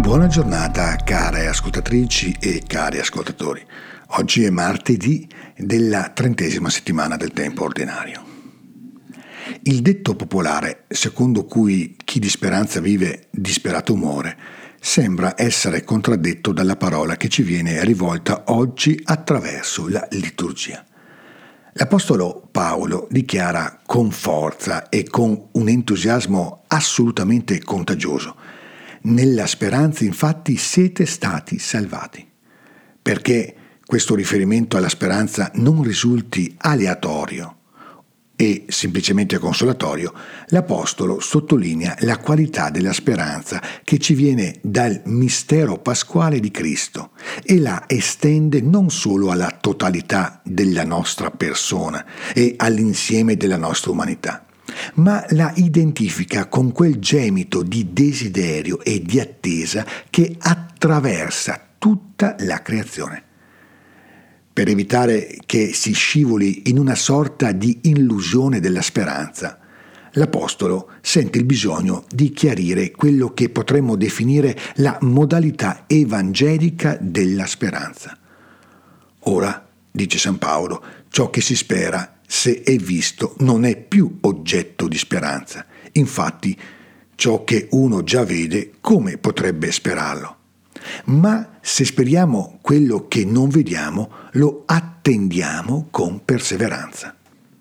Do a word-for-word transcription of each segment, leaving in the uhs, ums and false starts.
Buona giornata care ascoltatrici e cari ascoltatori. Oggi è martedì della trentesima settimana del tempo ordinario. Il detto popolare, secondo cui chi di speranza vive, disperato muore, sembra essere contraddetto dalla parola che ci viene rivolta oggi attraverso la liturgia. L'Apostolo Paolo dichiara con forza e con un entusiasmo assolutamente contagioso: nella speranza infatti siete stati salvati. Perché questo riferimento alla speranza non risulti aleatorio e semplicemente consolatorio, l'Apostolo sottolinea la qualità della speranza che ci viene dal mistero pasquale di Cristo e la estende non solo alla totalità della nostra persona e all'insieme della nostra umanità, ma la identifica con quel gemito di desiderio e di attesa che attraversa tutta la creazione. Per evitare che si scivoli in una sorta di illusione della speranza, l'Apostolo sente il bisogno di chiarire quello che potremmo definire la modalità evangelica della speranza. Ora, dice San Paolo, ciò che si spera, se è visto, non è più oggetto di speranza. Infatti, ciò che uno già vede, come potrebbe sperarlo? Ma se speriamo quello che non vediamo, lo attendiamo con perseveranza.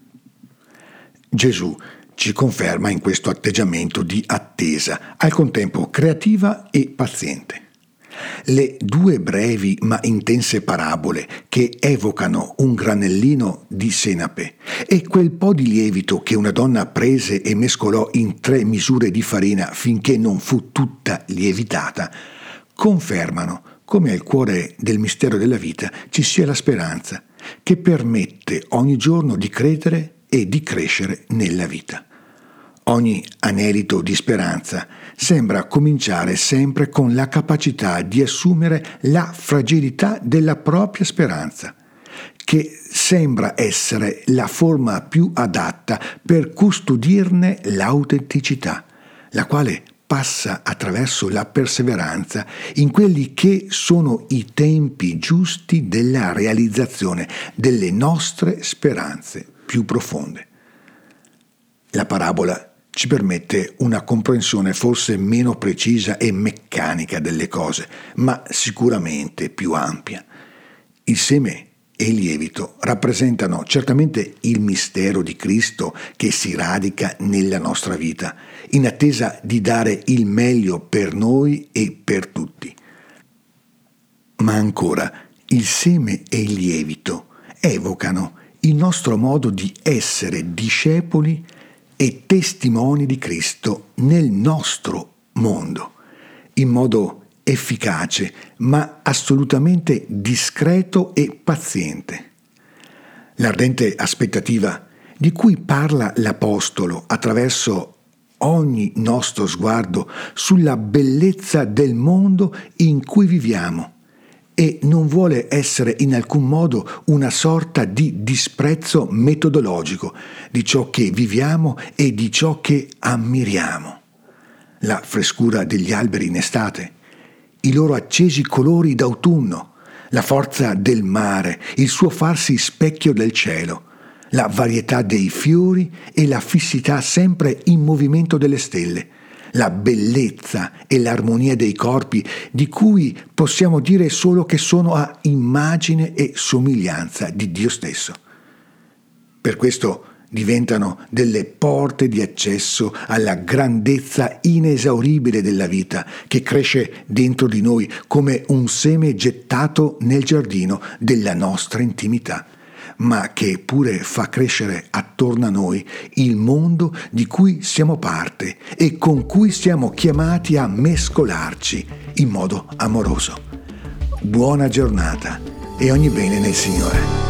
Gesù ci conferma in questo atteggiamento di attesa, al contempo creativa e paziente. Le due brevi ma intense parabole che evocano un granellino di senape e quel po' di lievito che una donna prese e mescolò in tre misure di farina finché non fu tutta lievitata, confermano come al cuore del mistero della vita ci sia la speranza, che permette ogni giorno di credere e di crescere nella vita. Ogni anelito di speranza sembra cominciare sempre con la capacità di assumere la fragilità della propria speranza, che sembra essere la forma più adatta per custodirne l'autenticità, la quale passa attraverso la perseveranza in quelli che sono i tempi giusti della realizzazione delle nostre speranze più profonde. La parabola ci permette una comprensione forse meno precisa e meccanica delle cose, ma sicuramente più ampia. Il seme e il lievito rappresentano certamente il mistero di Cristo che si radica nella nostra vita, in attesa di dare il meglio per noi e per tutti. Ma ancora, il seme e il lievito evocano il nostro modo di essere discepoli e testimoni di Cristo nel nostro mondo, in modo efficace, ma assolutamente discreto e paziente. L'ardente aspettativa di cui parla l'Apostolo attraverso ogni nostro sguardo sulla bellezza del mondo in cui viviamo e non vuole essere in alcun modo una sorta di disprezzo metodologico di ciò che viviamo e di ciò che ammiriamo. La frescura degli alberi in estate, i loro accesi colori d'autunno, la forza del mare, il suo farsi specchio del cielo, la varietà dei fiori e la fissità sempre in movimento delle stelle, la bellezza e l'armonia dei corpi di cui possiamo dire solo che sono a immagine e somiglianza di Dio stesso. Per questo diventano delle porte di accesso alla grandezza inesauribile della vita che cresce dentro di noi come un seme gettato nel giardino della nostra intimità, ma che pure fa crescere attorno a noi il mondo di cui siamo parte e con cui siamo chiamati a mescolarci in modo amoroso. Buona giornata e ogni bene nel Signore.